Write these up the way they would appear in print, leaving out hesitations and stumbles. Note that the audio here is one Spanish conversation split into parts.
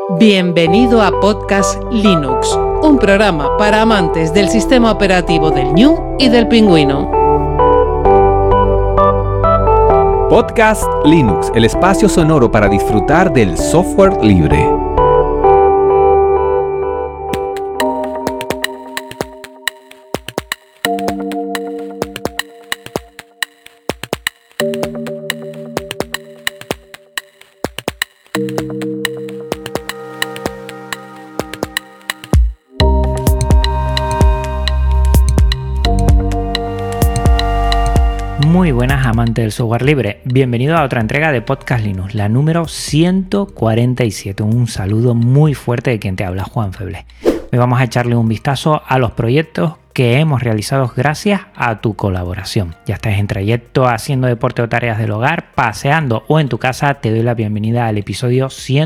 Bienvenido a Podcast Linux, un programa para amantes del sistema operativo del Gnu y del Pingüino. Podcast Linux, el espacio sonoro para disfrutar del software libre. Muy buenas amantes del software libre, bienvenido a otra entrega de Podcast Linux, la número 147. Un saludo muy fuerte de quien te habla, Juan Feble. Hoy vamos a echarle un vistazo a los proyectos que hemos realizado gracias a tu colaboración. Ya estás en trayecto, haciendo deporte o tareas del hogar, paseando o en tu casa, te doy la bienvenida al episodio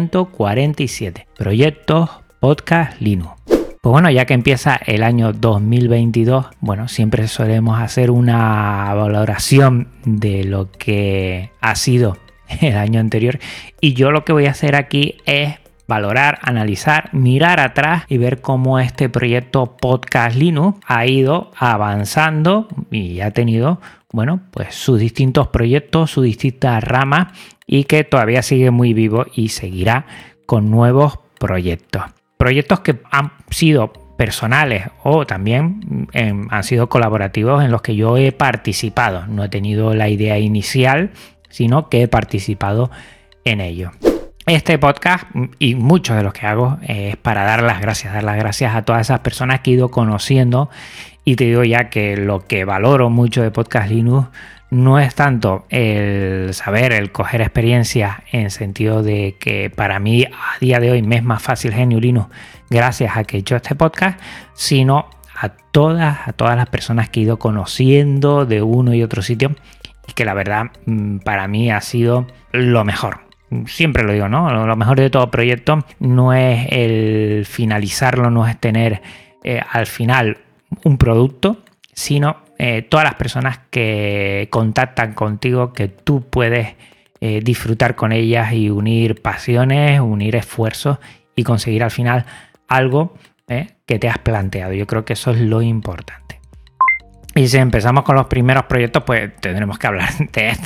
147, Proyectos Podcast Linux. Pues bueno, ya que empieza el año 2022, bueno, siempre solemos hacer una valoración de lo que ha sido el año anterior, y yo lo que voy a hacer aquí es valorar, analizar, mirar atrás y ver cómo este proyecto Podcast Linux ha ido avanzando y ha tenido, bueno, pues sus distintos proyectos, sus distintas ramas, y que todavía sigue muy vivo y seguirá con nuevos proyectos. Proyectos que han sido personales o también han sido colaborativos en los que yo he participado. No he tenido la idea inicial, sino que he participado en ello. Este podcast y muchos de los que hago es para dar las gracias a todas esas personas que he ido conociendo, y te digo ya que lo que valoro mucho de Podcast Linux no es tanto el saber, el coger experiencia, en sentido de que para mí a día de hoy me es más fácil GNU Linux gracias a que he hecho este podcast, sino a todas las personas que he ido conociendo de uno y otro sitio, y que la verdad para mí ha sido lo mejor. Siempre lo digo, ¿no? Lo mejor de todo proyecto no es el finalizarlo, no es tener al final un producto, sino todas las personas que contactan contigo, que tú puedes disfrutar con ellas y unir pasiones, unir esfuerzos y conseguir al final algo que te has planteado. Yo creo que eso es lo importante. Y si empezamos con los primeros proyectos, pues tendremos que hablar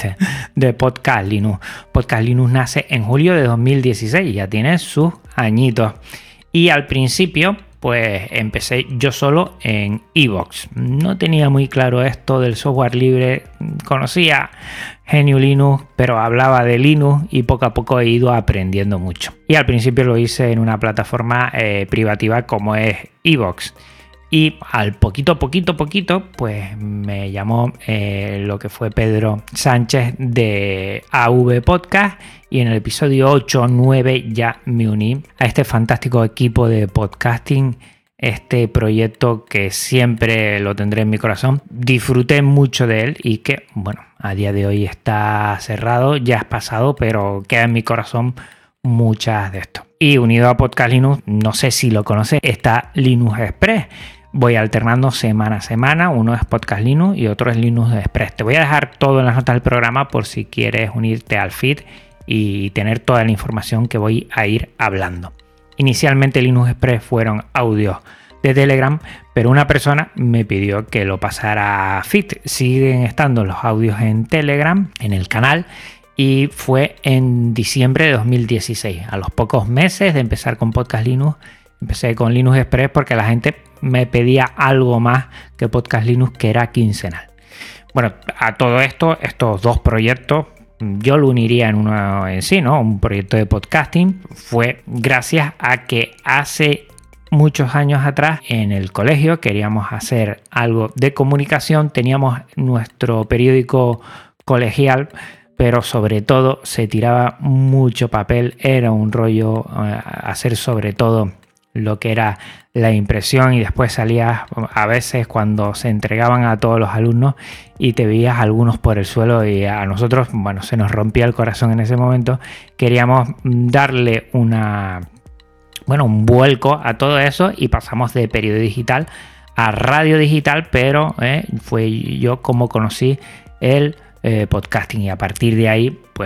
de Podcast Linux. Podcast Linux nace en julio de 2016, ya tiene sus añitos. Y al principio, pues empecé yo solo en iVoox. No tenía muy claro esto del software libre. Conocía GNU Linux, pero hablaba de Linux y poco a poco he ido aprendiendo mucho. Y al principio lo hice en una plataforma privativa como es iVoox. Y al poquito, pues me llamó lo que fue Pedro Sánchez de AV Podcast, y en el episodio 8 o 9 ya me uní a este fantástico equipo de podcasting, este proyecto que siempre lo tendré en mi corazón. Disfruté mucho de él y que, bueno, a día de hoy está cerrado, ya es pasado, pero queda en mi corazón muchas de esto. Y unido a Podcast Linux, no sé si lo conoces, está Linux Express. Voy alternando semana a semana, uno es Podcast Linux y otro es Linux Express. Te voy a dejar todo en las notas del programa por si quieres unirte al feed y tener toda la información que voy a ir hablando. Inicialmente Linux Express fueron audios de Telegram, pero una persona me pidió que lo pasara a feed. Siguen estando los audios en Telegram, en el canal, y fue en diciembre de 2016. A los pocos meses de empezar con Podcast Linux, empecé con Linux Express porque la gente me pedía algo más que Podcast Linux, que era quincenal. Bueno, a todo esto, estos dos proyectos, yo lo uniría en uno en sí, ¿no? Un proyecto de podcasting. Fue gracias a que hace muchos años atrás en el colegio queríamos hacer algo de comunicación. Teníamos nuestro periódico colegial, pero sobre todo se tiraba mucho papel. Era un rollo hacer sobre todo lo que era la impresión, y después salías a veces cuando se entregaban a todos los alumnos y te veías algunos por el suelo, y a nosotros, bueno, se nos rompía el corazón en ese momento. Queríamos darle un vuelco a todo eso y pasamos de periódico digital a radio digital, pero fue yo como conocí el podcasting, y a partir de ahí pues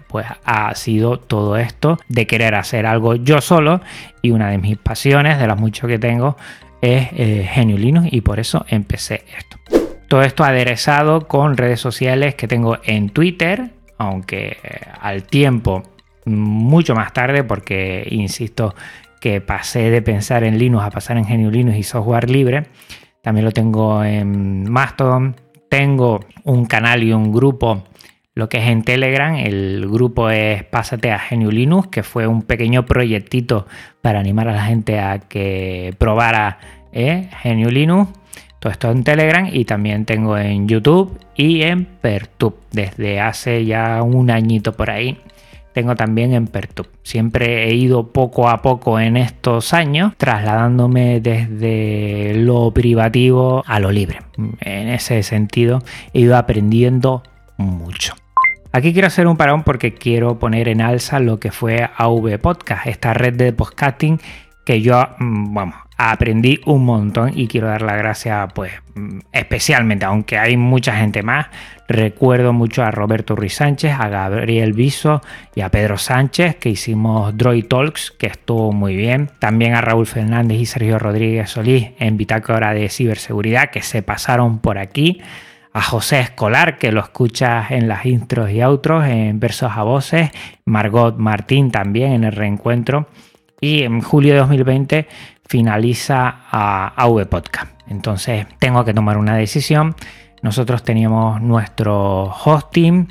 ha sido todo esto de querer hacer algo yo solo, y una de mis pasiones, de las muchas que tengo, es GNU Linux, y por eso empecé esto. Todo esto aderezado con redes sociales que tengo en Twitter, aunque al tiempo mucho más tarde, porque insisto que pasé de pensar en Linux a pasar en GNU Linux y software libre. También lo tengo en Mastodon. Tengo un canal y un grupo, lo que es en Telegram. El grupo es Pásate a GNU Linux, que fue un pequeño proyectito para animar a la gente a que probara GNU Linux. Todo esto en Telegram, y también tengo en YouTube y en Pertube. Desde hace ya un añito por ahí tengo también en Pertube. Siempre he ido poco a poco en estos años, trasladándome desde lo privativo a lo libre. En ese sentido he ido aprendiendo mucho. Aquí quiero hacer un parón porque quiero poner en alza lo que fue AV Podcast, esta red de podcasting que yo, aprendí un montón, y quiero dar las gracias pues especialmente, aunque hay mucha gente más. Recuerdo mucho a Roberto Ruiz Sánchez, a Gabriel Viso y a Pedro Sánchez, que hicimos Droid Talks, que estuvo muy bien. También a Raúl Fernández y Sergio Rodríguez Solís en Bitácora de Ciberseguridad, que se pasaron por aquí. A José Escolar, que lo escuchas en las intros y outros, en Versos a Voces. Margot Martín también en el reencuentro. Y en julio de 2020 finaliza a AV Podcast. Entonces tengo que tomar una decisión. Nosotros teníamos nuestro hosting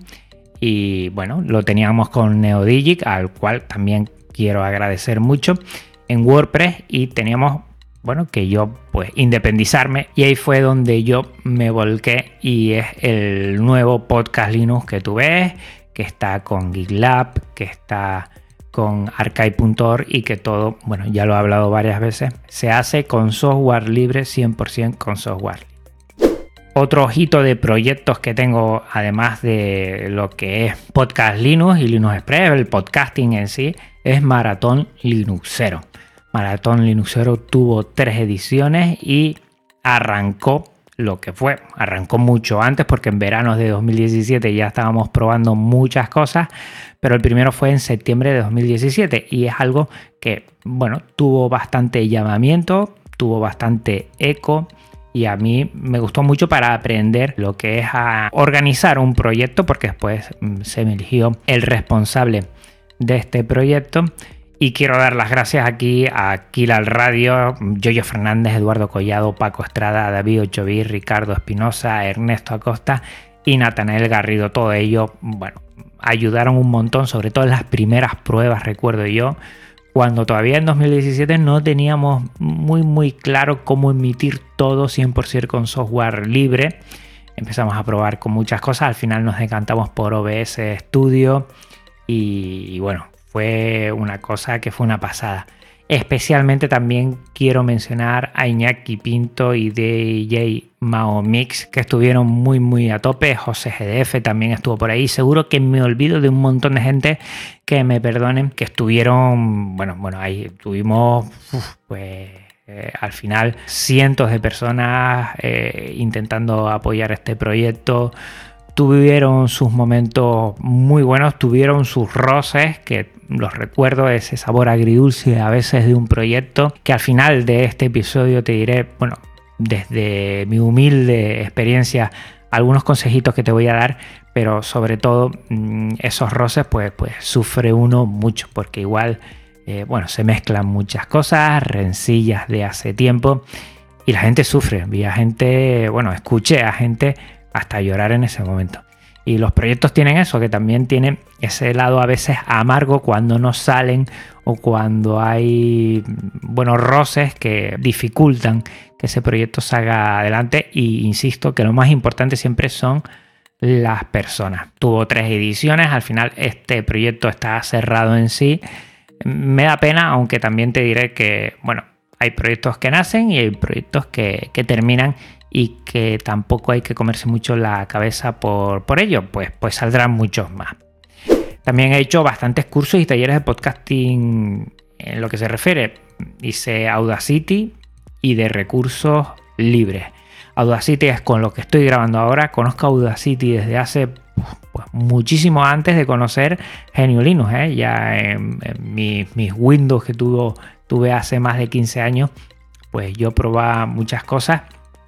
y lo teníamos con Neodigic, al cual también quiero agradecer mucho, en WordPress, y teníamos que yo pues independizarme, y ahí fue donde yo me volqué, y es el nuevo Podcast Linux que tú ves, que está con GitLab, que está con archive.org, y que todo, ya lo he hablado varias veces, se hace con software libre, 100% con software. Otro ojito de proyectos que tengo, además de lo que es Podcast Linux y Linux Express, el podcasting en sí, es Maratón Linuxero. Maratón Linuxero tuvo 3 ediciones y arrancó mucho antes, porque en verano de 2017 ya estábamos probando muchas cosas, pero el primero fue en septiembre de 2017, y es algo que tuvo bastante llamamiento, tuvo bastante eco, y a mí me gustó mucho para aprender lo que es a organizar un proyecto, porque después se me eligió el responsable de este proyecto. Y quiero dar las gracias aquí a Kilal Radio, Yoyo Fernández, Eduardo Collado, Paco Estrada, David Ochoví, Ricardo Espinosa, Ernesto Acosta y Natanael Garrido. Todo ello, ayudaron un montón, sobre todo en las primeras pruebas, recuerdo yo, cuando todavía en 2017 no teníamos muy claro cómo emitir todo 100% con software libre. Empezamos a probar con muchas cosas, al final nos decantamos por OBS Studio, y fue una cosa que fue una pasada. Especialmente también quiero mencionar a Iñaki Pinto y DJ Mao Mix, que estuvieron muy a tope. José GDF también estuvo por ahí. Seguro que me olvido de un montón de gente, que me perdonen, que estuvieron, ahí tuvimos al final cientos de personas intentando apoyar este proyecto. Tuvieron sus momentos muy buenos, tuvieron sus roces, que los recuerdo, ese sabor agridulce a veces de un proyecto, que al final de este episodio te diré, desde mi humilde experiencia, algunos consejitos que te voy a dar, pero sobre todo esos roces pues sufre uno mucho, porque igual se mezclan muchas cosas, rencillas de hace tiempo, y la gente sufre. Vi a gente, escuché a gente hasta llorar en ese momento. Y los proyectos tienen eso, que también tienen ese lado a veces amargo cuando no salen, o cuando hay roces que dificultan que ese proyecto salga adelante. Y insisto que lo más importante siempre son las personas. Tuvo 3 ediciones, al final este proyecto está cerrado en sí. Me da pena, aunque también te diré que hay proyectos que nacen y hay proyectos que terminan, y que tampoco hay que comerse mucho la cabeza por ello, pues saldrán muchos más. También he hecho bastantes cursos y talleres de podcasting en lo que se refiere. Hice Audacity y de recursos libres. Audacity es con lo que estoy grabando ahora. Conozco Audacity desde hace muchísimo antes de conocer GNU Linux, ya en mis Windows que tuve hace más de 15 años, pues yo probaba muchas cosas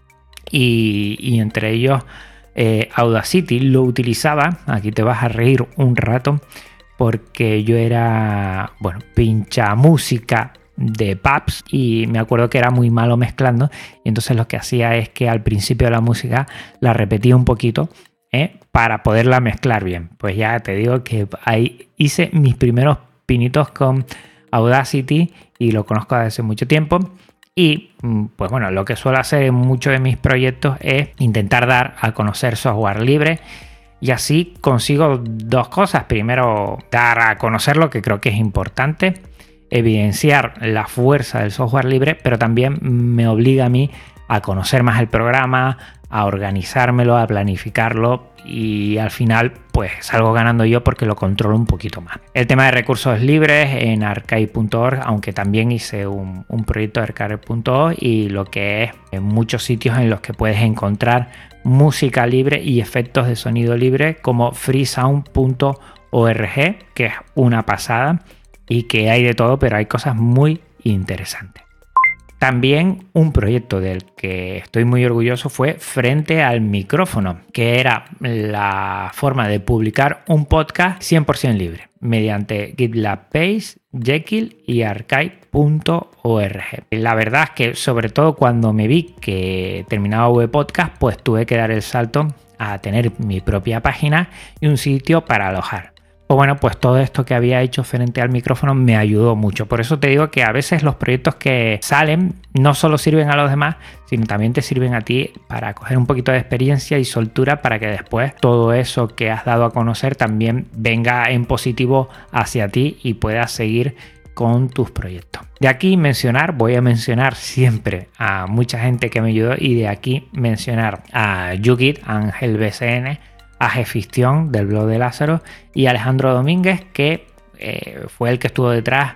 y entre ellos Audacity lo utilizaba. Aquí te vas a reír un rato porque yo era, pincha música de pubs y me acuerdo que era muy malo mezclando, y entonces lo que hacía es que al principio de la música la repetía un poquito para poderla mezclar bien. Pues ya te digo que ahí hice mis primeros pinitos con Audacity y lo conozco desde hace mucho tiempo. Y pues bueno, lo que suelo hacer en muchos de mis proyectos es intentar dar a conocer software libre, y así consigo dos cosas. Primero, dar a conocer lo que creo que es importante, evidenciar la fuerza del software libre, pero también me obliga a mí a conocer más el programa, a organizármelo, a planificarlo, y al final pues salgo ganando yo porque lo controlo un poquito más. El tema de recursos libres en archive.org, aunque también hice un proyecto de archive.org, y lo que es en muchos sitios en los que puedes encontrar música libre y efectos de sonido libre, como freesound.org, que es una pasada y que hay de todo, pero hay cosas muy interesantes. También un proyecto del que estoy muy orgulloso fue Frente al Micrófono, que era la forma de publicar un podcast 100% libre mediante GitLab Pages, Jekyll y archive.org. La verdad es que sobre todo cuando me vi que terminaba VPodcast, pues tuve que dar el salto a tener mi propia página y un sitio para alojar. Pues todo esto que había hecho Frente al Micrófono me ayudó mucho. Por eso te digo que a veces los proyectos que salen no solo sirven a los demás, sino también te sirven a ti para coger un poquito de experiencia y soltura, para que después todo eso que has dado a conocer también venga en positivo hacia ti y puedas seguir con tus proyectos. De aquí voy a mencionar siempre a mucha gente que me ayudó, y de aquí mencionar a YouGit, Ángel BCN, a Gefistión del blog de Lázaro, y Alejandro Domínguez, que fue el que estuvo detrás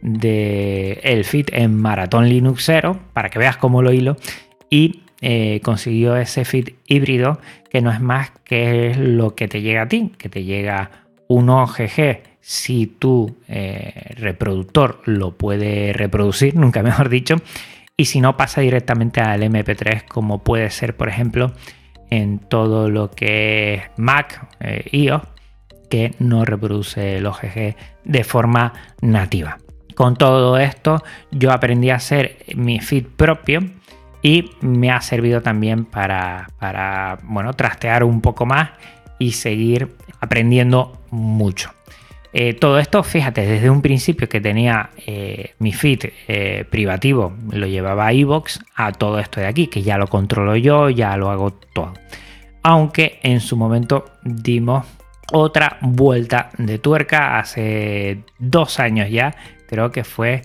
del feed en Maratón Linuxero, para que veas cómo lo hilo, y consiguió ese feed híbrido, que no es más que lo que te llega a ti, que te llega un OGG si tu reproductor lo puede reproducir, nunca mejor dicho, y si no, pasa directamente al MP3, como puede ser, por ejemplo, en todo lo que es Mac, iOS, que no reproduce el OGG de forma nativa. Con todo esto yo aprendí a hacer mi feed propio, y me ha servido también para trastear un poco más y seguir aprendiendo mucho. Todo esto, fíjate, desde un principio que tenía mi feed privativo, lo llevaba a iVoox, a todo esto de aquí, que ya lo controlo yo, ya lo hago todo. Aunque en su momento dimos otra vuelta de tuerca hace 2 años ya, creo que fue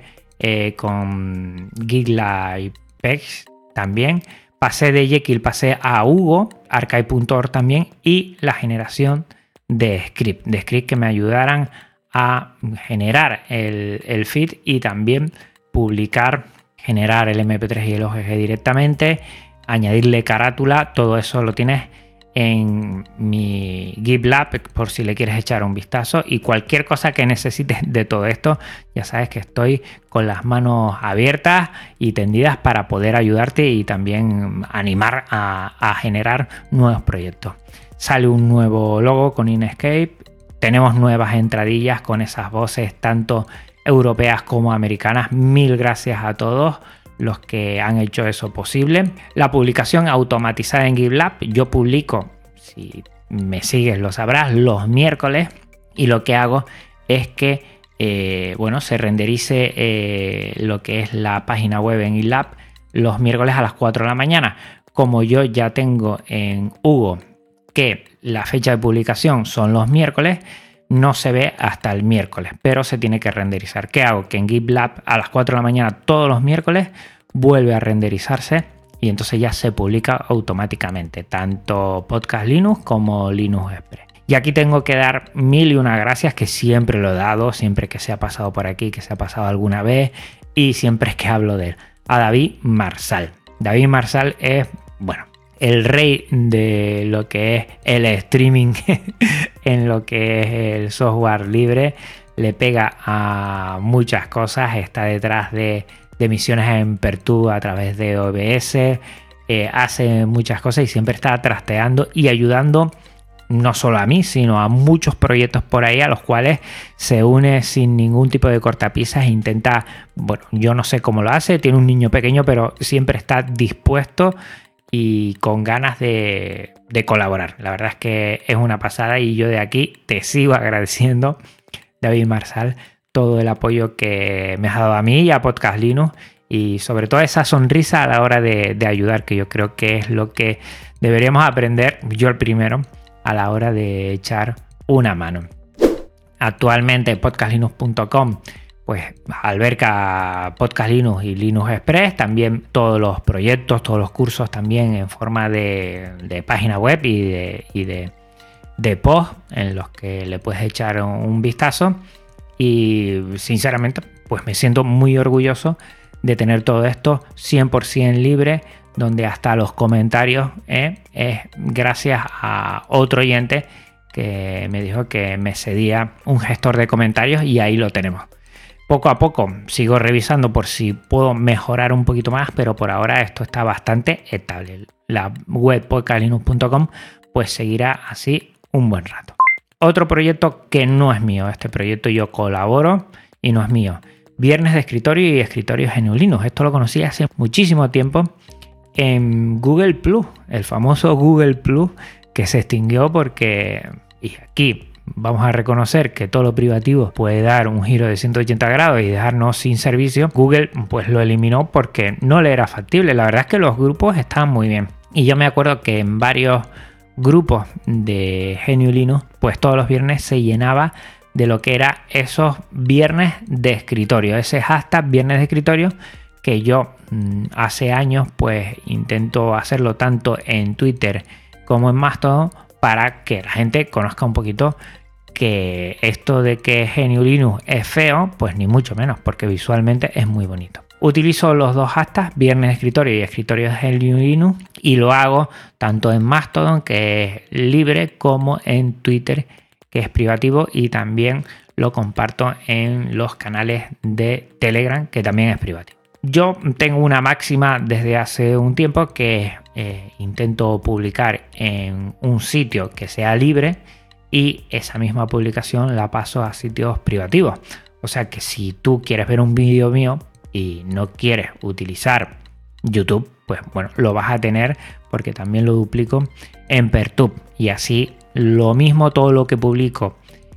con GitLab Pages también. Pasé de Jekyll, pasé a Hugo, archive.org también, y la generación de script que me ayudaran a generar el feed y también publicar, generar el MP3 y el OGG directamente, añadirle carátula. Todo eso lo tienes en mi GitLab por si le quieres echar un vistazo, y cualquier cosa que necesites de todo esto, ya sabes que estoy con las manos abiertas y tendidas para poder ayudarte y también animar a generar nuevos proyectos. Sale un nuevo logo con Inkscape, tenemos nuevas entradillas con esas voces tanto europeas como americanas. Mil gracias a todos los que han hecho eso posible. La publicación automatizada en GitLab, yo publico, si me sigues lo sabrás, los miércoles, y lo que hago es que se renderice lo que es la página web en GitLab los miércoles a las 4 de la mañana. Como yo ya tengo en Hugo que la fecha de publicación son los miércoles, no se ve hasta el miércoles, pero se tiene que renderizar. ¿Qué hago? Que en GitLab a las 4 de la mañana todos los miércoles vuelve a renderizarse, y entonces ya se publica automáticamente, tanto Podcast Linux como Linux Express. Y aquí tengo que dar 1001 gracias, que siempre lo he dado, siempre que se ha pasado por aquí, que se ha pasado alguna vez, y siempre es que hablo de él, a David Marsal. David Marsal es, el rey de lo que es el streaming en lo que es el software libre. Le pega a muchas cosas, está detrás de emisiones en Pertube a través de OBS, hace muchas cosas y siempre está trasteando y ayudando no solo a mí, sino a muchos proyectos por ahí a los cuales se une sin ningún tipo de cortapisas e intenta, bueno, yo no sé cómo lo hace, tiene un niño pequeño, pero siempre está dispuesto y con ganas de colaborar. La verdad es que es una pasada y yo de aquí te sigo agradeciendo, David Marsal, todo el apoyo que me has dado a mí y a Podcast Linux y sobre todo esa sonrisa a la hora de ayudar, que yo creo que es lo que deberíamos aprender, yo el primero, a la hora de echar una mano. Actualmente podcastlinux.com pues alberga Podcast Linux y Linux Express, también todos los proyectos, todos los cursos también en forma de página web y de post en los que le puedes echar un vistazo y sinceramente pues me siento muy orgulloso de tener todo esto 100% libre, donde hasta los comentarios es gracias a otro oyente que me dijo que me cedía un gestor de comentarios y ahí lo tenemos. Poco a poco sigo revisando por si puedo mejorar un poquito más, pero por ahora esto está bastante estable. La web podcastlinux.com pues seguirá así un buen rato. Otro proyecto que no es mío, este proyecto yo colaboro y no es mío. Viernes de escritorio y escritorio GNU Linux. Esto lo conocí hace muchísimo tiempo en Google Plus, el famoso Google Plus que se extinguió porque, y aquí vamos a reconocer que todo lo privativo puede dar un giro de 180 grados y dejarnos sin servicio. Google pues lo eliminó porque no le era factible. La verdad es que los grupos estaban muy bien y yo me acuerdo que en varios grupos de GNU Linux pues todos los viernes se llenaba de lo que era esos viernes de escritorio, ese hashtag viernes de escritorio que yo hace años pues intento hacerlo tanto en Twitter como en Mastodon para que la gente conozca un poquito que esto de que GNU Linux es feo, pues ni mucho menos, porque visualmente es muy bonito. Utilizo los dos hashtags, viernes de escritorio y escritorio de GNU Linux, y lo hago tanto en Mastodon, que es libre, como en Twitter, que es privativo, y también lo comparto en los canales de Telegram, que también es privativo. Yo tengo una máxima desde hace un tiempo que intento publicar en un sitio que sea libre y esa misma publicación la paso a sitios privativos. O sea que si tú quieres ver un vídeo mío y no quieres utilizar YouTube, pues bueno, lo vas a tener porque también lo duplico en Pertube. Y así lo mismo, todo lo que publico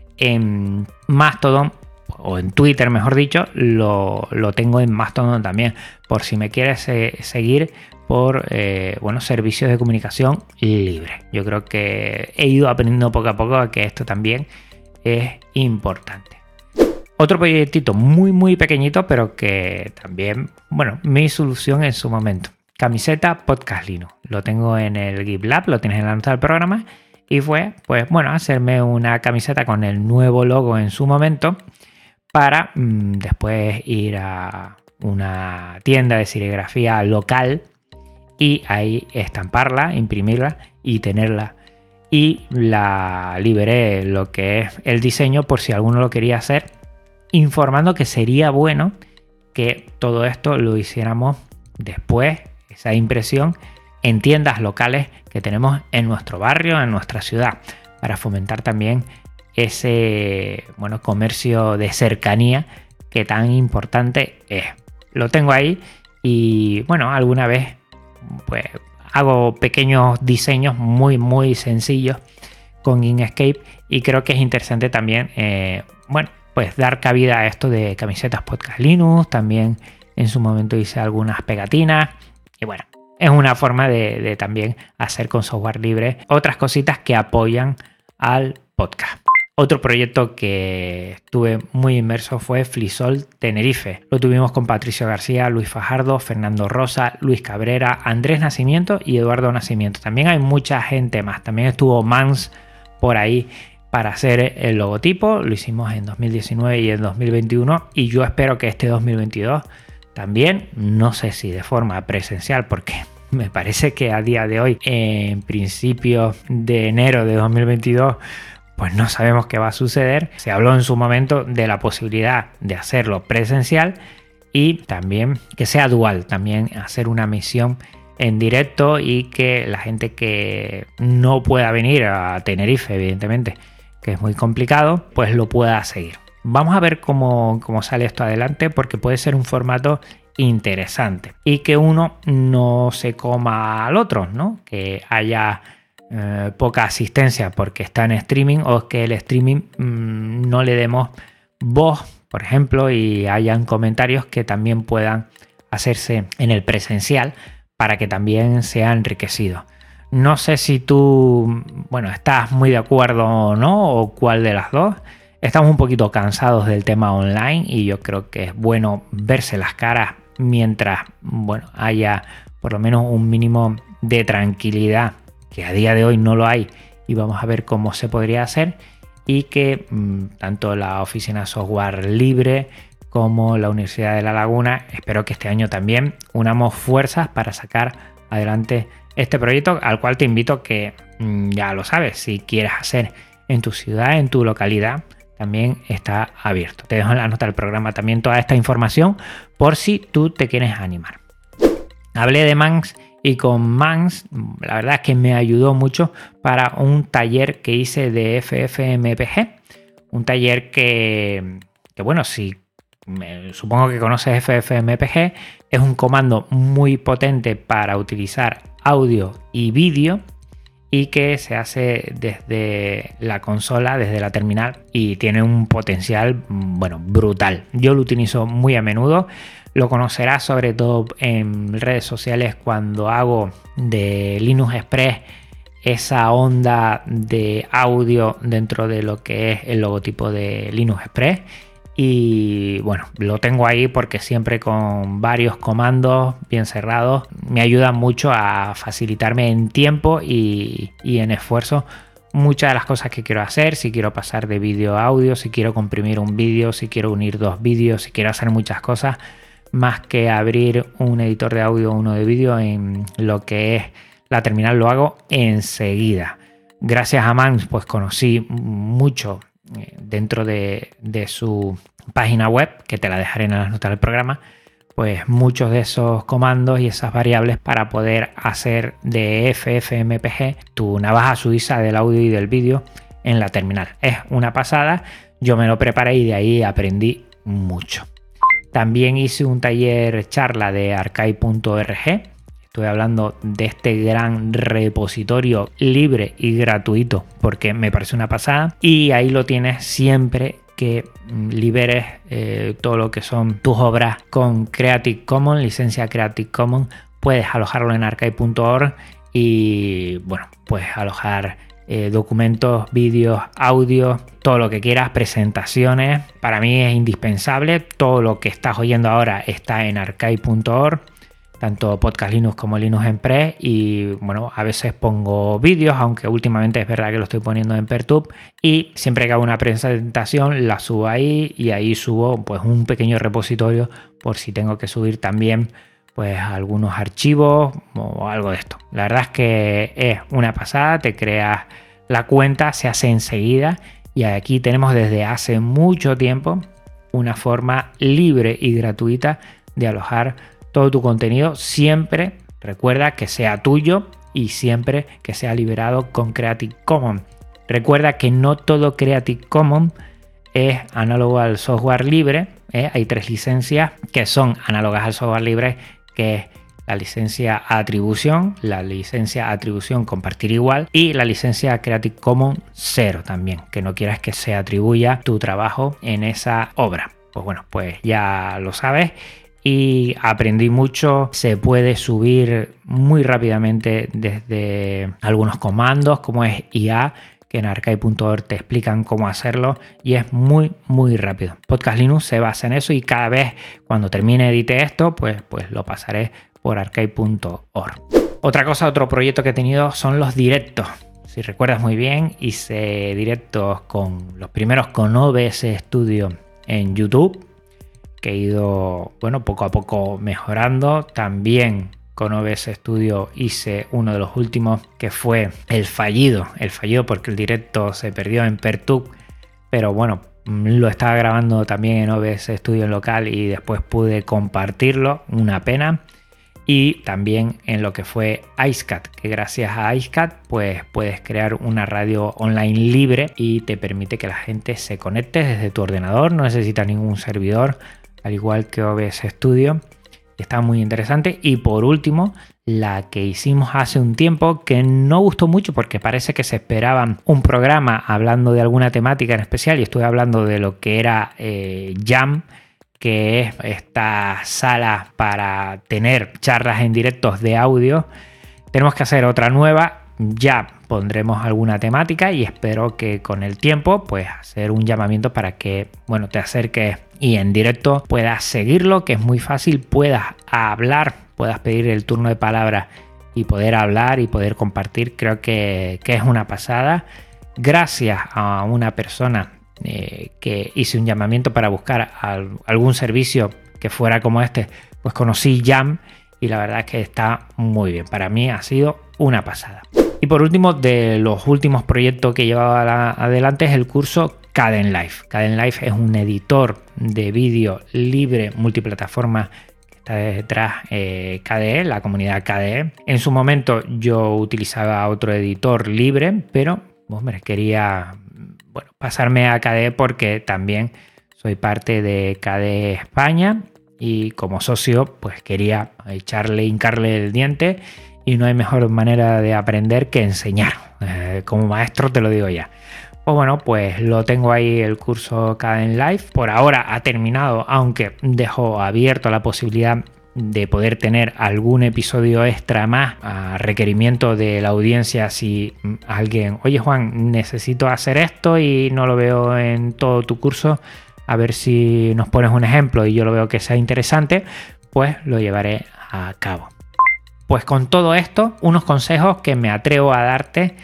en Mastodon o en Twitter, mejor dicho, lo tengo en Mastodon también, por si me quieres seguir por servicios de comunicación libre. Yo creo que he ido aprendiendo poco a poco que esto también es importante. Otro proyectito muy pequeñito, pero que también, bueno, mi solución en su momento. Camiseta Podcast Linux. Lo tengo en el GitLab, lo tienes en la nota del programa. Y fue, pues bueno, hacerme una camiseta con el nuevo logo en su momento para después ir a una tienda de serigrafía local y ahí estamparla, imprimirla y tenerla. Y la liberé lo que es el diseño por si alguno lo quería hacer, informando que sería bueno que todo esto lo hiciéramos después, esa impresión, en tiendas locales que tenemos en nuestro barrio, en nuestra ciudad, para fomentar también ese comercio de cercanía que tan importante es. Lo tengo ahí y bueno, alguna vez pues hago pequeños diseños muy sencillos con Inkscape y creo que es interesante también pues dar cabida a esto de camisetas Podcast Linux. También en su momento hice algunas pegatinas y bueno, es una forma de también hacer con software libre otras cositas que apoyan al podcast. Otro proyecto que estuve muy inmerso fue Flisol Tenerife. Lo tuvimos con Patricio García, Luis Fajardo, Fernando Rosa, Luis Cabrera, Andrés Nacimiento y Eduardo Nacimiento. También hay mucha gente más. También estuvo Mans por ahí para hacer el logotipo. Lo hicimos en 2019 y en 2021 y yo espero que este 2022 también, no sé si de forma presencial porque me parece que a día de hoy, en principios de enero de 2022, pues no sabemos qué va a suceder. Se habló en su momento de la posibilidad de hacerlo presencial y también que sea dual, también hacer una emisión en directo y que la gente que no pueda venir a Tenerife, evidentemente, que es muy complicado, pues lo pueda seguir. Vamos a ver cómo sale esto adelante, porque puede ser un formato interesante y que uno no se coma al otro, ¿no? Que haya poca asistencia porque está en streaming, o que el streaming no le demos voz, por ejemplo, y hayan comentarios que también puedan hacerse en el presencial para que también sea enriquecido. No sé si tú, estás muy de acuerdo o no, o cuál de las dos. Estamos un poquito cansados del tema online y yo creo que es bueno verse las caras mientras, haya por lo menos un mínimo de tranquilidad, que a día de hoy no lo hay, y vamos a ver cómo se podría hacer, y que tanto la Oficina Software Libre como la Universidad de La Laguna, espero que este año también unamos fuerzas para sacar adelante este proyecto, al cual te invito que, ya lo sabes, si quieres hacer en tu ciudad, en tu localidad, también está abierto. Te dejo en la nota del programa también toda esta información por si tú te quieres animar. Hablé de Mans, y con Mans la verdad es que me ayudó mucho para un taller que hice de FFmpeg. Un taller que si supongo que conoces FFmpeg, es un comando muy potente para utilizar audio y vídeo, y que se hace desde la consola, desde la terminal, y tiene un potencial brutal. Yo lo utilizo muy a menudo. Lo conocerás sobre todo en redes sociales cuando hago de Linux Express esa onda de audio dentro de lo que es el logotipo de Linux Express. Y lo tengo ahí porque siempre con varios comandos bien cerrados me ayuda mucho a facilitarme en tiempo y en esfuerzo muchas de las cosas que quiero hacer. Si quiero pasar de vídeo a audio, si quiero comprimir un vídeo, si quiero unir dos vídeos, si quiero hacer muchas cosas, más que abrir un editor de audio o uno de vídeo en lo que es la terminal, lo hago enseguida. Gracias a Mans pues conocí mucho dentro de su página web, que te la dejaré en las notas del programa, pues muchos de esos comandos y esas variables para poder hacer de FFmpeg tu navaja suiza del audio y del vídeo en la terminal. Es una pasada, yo me lo preparé y de ahí aprendí mucho. También hice un taller charla de archive.org. Estoy hablando de este gran repositorio libre y gratuito porque me parece una pasada, y ahí lo tienes siempre que liberes todo lo que son tus obras con Creative Commons, licencia Creative Commons. Puedes alojarlo en archive.org y puedes alojar documentos, vídeos, audios, todo lo que quieras, presentaciones. Para mí es indispensable. Todo lo que estás oyendo ahora está en archive.org, tanto Podcast Linux como Linux Express, y a veces pongo vídeos, aunque últimamente es verdad que lo estoy poniendo en Pertube, y siempre que hago una presentación la subo ahí, y ahí subo pues un pequeño repositorio por si tengo que subir también pues algunos archivos o algo de esto. La verdad es que es una pasada, te creas la cuenta, se hace enseguida, y aquí tenemos desde hace mucho tiempo una forma libre y gratuita de alojar todo tu contenido. Siempre recuerda que sea tuyo y siempre que sea liberado con Creative Commons. Recuerda que no todo Creative Commons es análogo al software libre. Hay 3 licencias que son análogas al software libre, que es la licencia atribución, la licencia atribución compartir igual, y la licencia Creative Commons 0 también, que no quieras que se atribuya tu trabajo en esa obra. Pues ya lo sabes. Y aprendí mucho. Se puede subir muy rápidamente desde algunos comandos como es IA, que en archive.org te explican cómo hacerlo, y es muy rápido. Podcast Linux se basa en eso, y cada vez cuando termine edite esto pues lo pasaré por archive.org. Otro proyecto que he tenido son los directos. Si recuerdas muy bien, hice directos con los primeros con OBS Studio en YouTube, que he ido poco a poco mejorando. También con OBS Studio hice uno de los últimos, que fue el fallido porque el directo se perdió en Pertub, pero bueno, lo estaba grabando también en OBS Studio en local y después pude compartirlo, una pena. Y también en lo que fue IceCat, que gracias a IceCat pues puedes crear una radio online libre y te permite que la gente se conecte desde tu ordenador, no necesita ningún servidor, al igual que OBS Studio. Está muy interesante. Y por último, la que hicimos hace un tiempo, que no gustó mucho porque parece que se esperaban un programa hablando de alguna temática en especial, y estuve hablando de lo que era Jam, que es esta sala para tener charlas en directos de audio. Tenemos que hacer otra nueva, ya pondremos alguna temática y espero que con el tiempo pues hacer un llamamiento para que te acerques y en directo puedas seguirlo, que es muy fácil, puedas hablar, puedas pedir el turno de palabra y poder hablar y poder compartir. Creo que es una pasada. Gracias a una persona que hice un llamamiento para buscar algún servicio que fuera como este, pues conocí Jam y la verdad es que está muy bien. Para mí ha sido una pasada. Y por último, de los últimos proyectos que llevaba adelante es el curso Kdenlive. Kdenlive es un editor de vídeo libre multiplataforma que está detrás KDE, la comunidad KDE. En su momento yo utilizaba otro editor libre, pero quería pasarme a KDE porque también soy parte de KDE España y como socio pues quería hincarle el diente, y no hay mejor manera de aprender que enseñar. Como maestro te lo digo ya. Pues lo tengo ahí, el curso Kdenlive. Por ahora ha terminado, aunque dejo abierto la posibilidad de poder tener algún episodio extra más a requerimiento de la audiencia. Si alguien, oye Juan, necesito hacer esto y no lo veo en todo tu curso, a ver si nos pones un ejemplo y yo lo veo que sea interesante, pues lo llevaré a cabo. Pues con todo esto, unos consejos que me atrevo a darte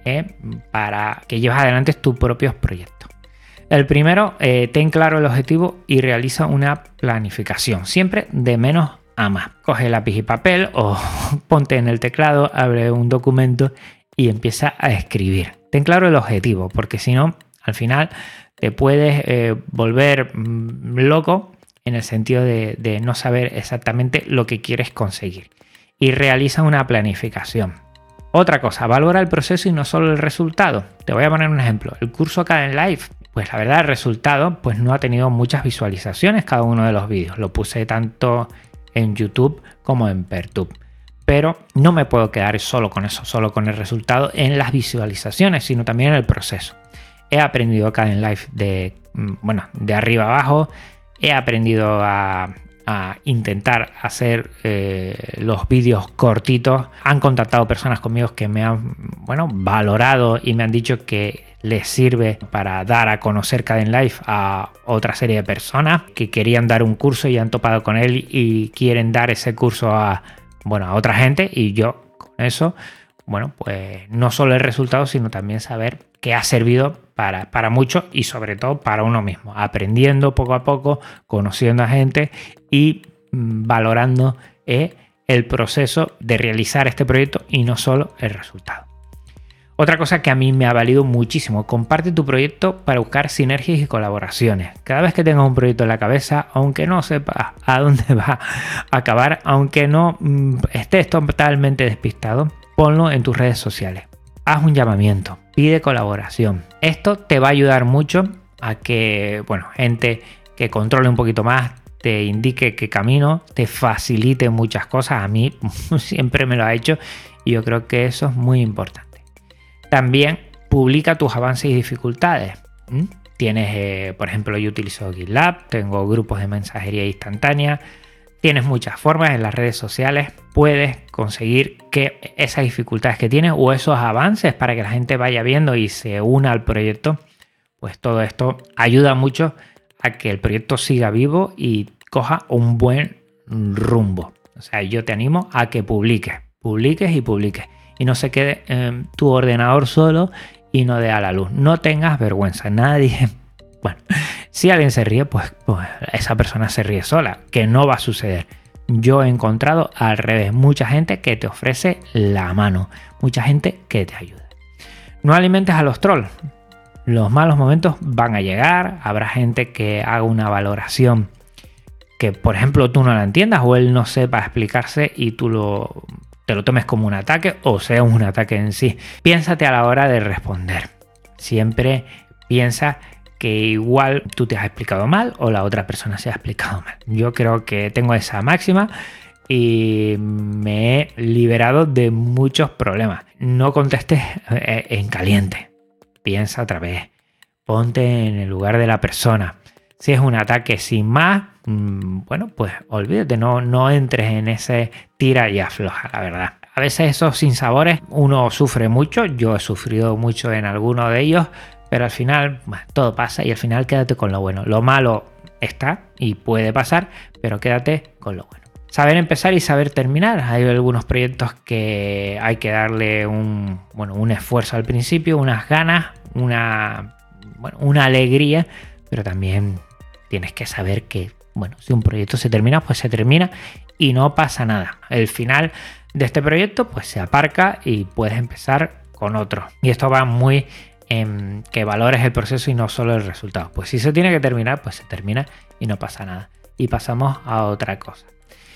para que lleves adelante tus propios proyectos. El primero, ten claro el objetivo y realiza una planificación, siempre de menos a más. Coge lápiz y papel o ponte en el teclado, abre un documento y empieza a escribir. Ten claro el objetivo, porque si no, al final te puedes volver loco en el sentido de no saber exactamente lo que quieres conseguir. Y realiza una planificación. Otra cosa, valora el proceso y no solo el resultado. Te voy a poner un ejemplo. El curso Kdenlive, pues la verdad el resultado pues no ha tenido muchas visualizaciones cada uno de los vídeos. Lo puse tanto en YouTube como en Pertub. Pero no me puedo quedar solo con eso, solo con el resultado en las visualizaciones, sino también en el proceso. He aprendido Kdenlive de arriba abajo. He aprendido a intentar hacer los vídeos cortitos. Han contactado personas conmigo que me han valorado y me han dicho que les sirve para dar a conocer Kdenlive a otra serie de personas que querían dar un curso y han topado con él y quieren dar ese curso a otra gente, y yo con eso pues no solo el resultado, sino también saber que ha servido para muchos y sobre todo para uno mismo, aprendiendo poco a poco, conociendo a gente y valorando el proceso de realizar este proyecto y no solo el resultado. Otra cosa que a mí me ha valido muchísimo, comparte tu proyecto para buscar sinergias y colaboraciones. Cada vez que tengas un proyecto en la cabeza, aunque no sepas a dónde va a acabar, aunque no estés totalmente despistado, ponlo en tus redes sociales. Haz un llamamiento, pide colaboración. Esto te va a ayudar mucho a que, gente que controle un poquito más, te indique qué camino, te facilite muchas cosas. A mí siempre me lo ha hecho y yo creo que eso es muy importante. También publica tus avances y dificultades. Tienes, por ejemplo, yo utilizo GitLab, tengo grupos de mensajería instantánea. Tienes muchas formas en las redes sociales. Puedes conseguir que esas dificultades que tienes o esos avances para que la gente vaya viendo y se una al proyecto, pues todo esto ayuda mucho a que el proyecto siga vivo y coja un buen rumbo. O sea, yo te animo a que publiques y no se quede en tu ordenador solo y no dé a la luz. No tengas vergüenza, nadie... Si alguien se ríe, pues esa persona se ríe sola, que no va a suceder. Yo he encontrado al revés, mucha gente que te ofrece la mano, mucha gente que te ayuda. No alimentes a los trolls. Los malos momentos van a llegar, habrá gente que haga una valoración que, por ejemplo, tú no la entiendas o él no sepa explicarse y tú te lo tomes como un ataque o sea un ataque en sí. Piénsate a la hora de responder. Siempre piensa que igual tú te has explicado mal o la otra persona se ha explicado mal. Yo creo que tengo esa máxima y me he liberado de muchos problemas. No contestes en caliente. Piensa otra vez. Ponte en el lugar de la persona. Si es un ataque sin más, bueno, pues olvídate, no entres en ese tira y afloja, la verdad. A veces esos sinsabores uno sufre mucho. Yo he sufrido mucho en alguno de ellos. Pero al final, bueno, todo pasa y al final quédate con lo bueno. Lo malo está y puede pasar, pero quédate con lo bueno. Saber empezar y saber terminar. Hay algunos proyectos que hay que darle un esfuerzo al principio, unas ganas, una alegría, pero también tienes que saber que, bueno, si un proyecto se termina, pues se termina y no pasa nada. El final de este proyecto, pues se aparca y puedes empezar con otro. Y esto va muy en que valores el proceso y no solo el resultado. Pues si se tiene que terminar, pues se termina y no pasa nada. Y pasamos a otra cosa.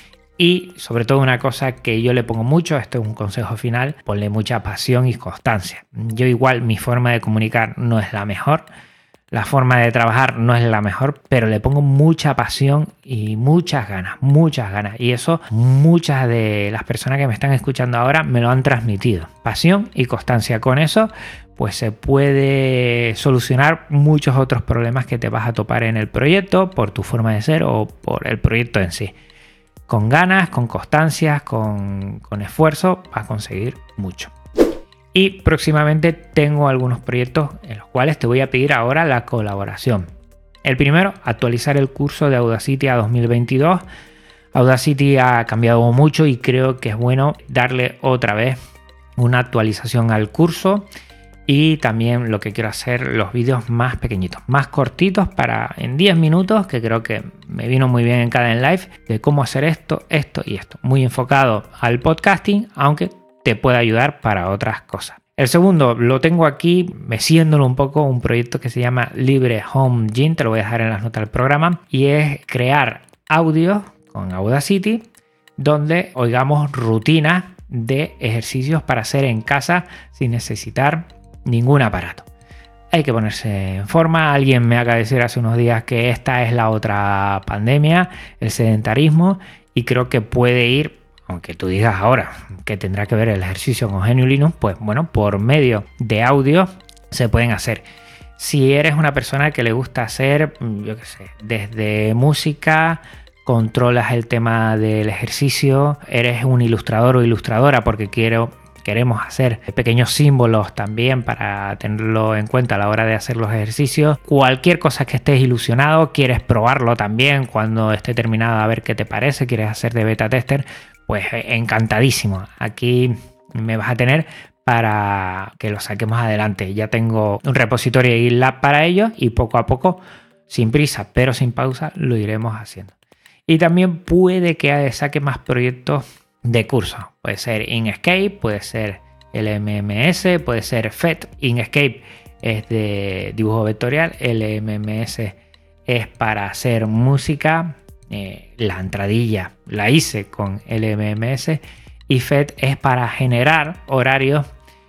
Y sobre todo una cosa que yo le pongo mucho, esto es un consejo final, ponle mucha pasión y constancia. Yo igual mi forma de comunicar no es la mejor, la forma de trabajar no es la mejor, pero le pongo mucha pasión y muchas ganas. Y eso muchas de las personas que me están escuchando ahora me lo han transmitido. Pasión y constancia. Con eso pues se puede solucionar muchos otros problemas que te vas a topar en el proyecto por tu forma de ser o por el proyecto en sí. Con ganas, con constancia, con esfuerzo vas a conseguir mucho. Y próximamente tengo algunos proyectos en los cuales te voy a pedir ahora la colaboración. El primero, actualizar el curso de Audacity a 2022. Audacity ha cambiado mucho y creo que es bueno darle otra vez una actualización al curso. Y también lo que quiero hacer, los vídeos más pequeñitos, más cortitos para en 10 minutos, que creo que me vino muy bien en cada en live, de cómo hacer esto y esto. Muy enfocado al podcasting, aunque te puede ayudar para otras cosas. El segundo lo tengo aquí, meciéndolo un poco, un proyecto que se llama Libre Home Gym, te lo voy a dejar en las notas del programa, y es crear audios con Audacity donde oigamos rutinas de ejercicios para hacer en casa sin necesitar ningún aparato. Hay que ponerse en forma. Alguien me acaba de decir hace unos días que esta es la otra pandemia, el sedentarismo, y creo que puede ir, aunque tú digas ahora que tendrá que ver el ejercicio con GNU Linux, pues bueno, por medio de audio se pueden hacer. Si eres una persona que le gusta hacer, yo qué sé, desde música, controlas el tema del ejercicio, eres un ilustrador o ilustradora porque queremos hacer pequeños símbolos también para tenerlo en cuenta a la hora de hacer los ejercicios. Cualquier cosa que estés ilusionado, quieres probarlo también cuando esté terminado a ver qué te parece, quieres hacer de beta tester, pues encantadísimo. Aquí me vas a tener para que lo saquemos adelante. Ya tengo un repositorio de GitLab para ello y poco a poco, sin prisa pero sin pausa, lo iremos haciendo. Y también puede que saque más proyectos de curso. Puede ser Inkscape, puede ser LMMS, puede ser FET. Inkscape es de dibujo vectorial, LMMS es para hacer música. La entradilla la hice con LMMS y FET es para generar horarios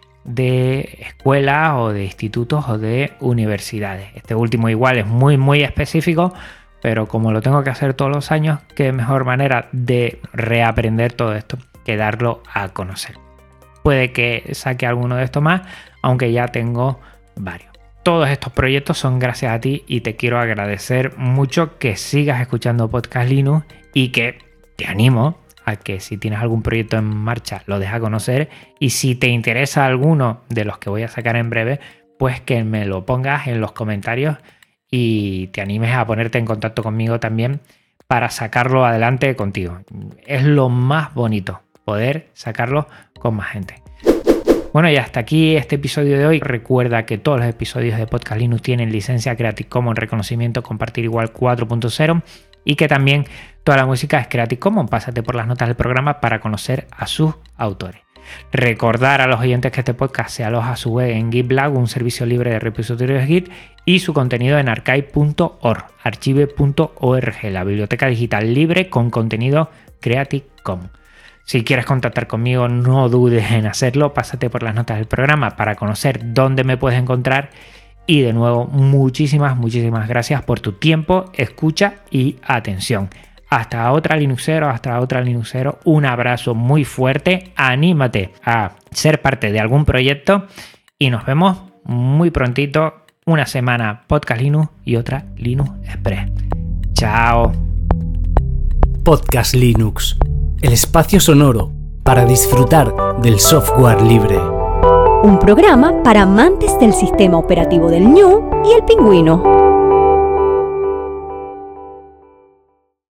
de escuelas o de institutos o de universidades. Este último igual es muy específico, pero como lo tengo que hacer todos los años, qué mejor manera de reaprender todo esto que darlo a conocer. Puede que saque alguno de estos más, aunque ya tengo varios. Todos estos proyectos son gracias a ti y te quiero agradecer mucho que sigas escuchando Podcast Linux y que te animo a que si tienes algún proyecto en marcha lo dejes a conocer, y si te interesa alguno de los que voy a sacar en breve, pues que me lo pongas en los comentarios y te animes a ponerte en contacto conmigo también para sacarlo adelante contigo. Es lo más bonito, poder sacarlo con más gente. Bueno, y hasta aquí este episodio de hoy. Recuerda que todos los episodios de Podcast Linux tienen licencia Creative Commons reconocimiento compartir igual 4.0 y que también toda la música es Creative Commons. Pásate por las notas del programa para conocer a sus autores. Recordar a los oyentes que este podcast se aloja a su vez en GitLab, un servicio libre de repositorios Git, y su contenido en archive.org, la biblioteca digital libre con contenido Creative Commons. Si quieres contactar conmigo, no dudes en hacerlo. Pásate por las notas del programa para conocer dónde me puedes encontrar. Y de nuevo, muchísimas gracias por tu tiempo, escucha y atención. Hasta otra Linuxero, un abrazo muy fuerte, anímate a ser parte de algún proyecto y nos vemos muy prontito, una semana Podcast Linux y otra Linux Express. Chao. Podcast Linux, el espacio sonoro para disfrutar del software libre. Un programa para amantes del sistema operativo del Ñu y el Pingüino.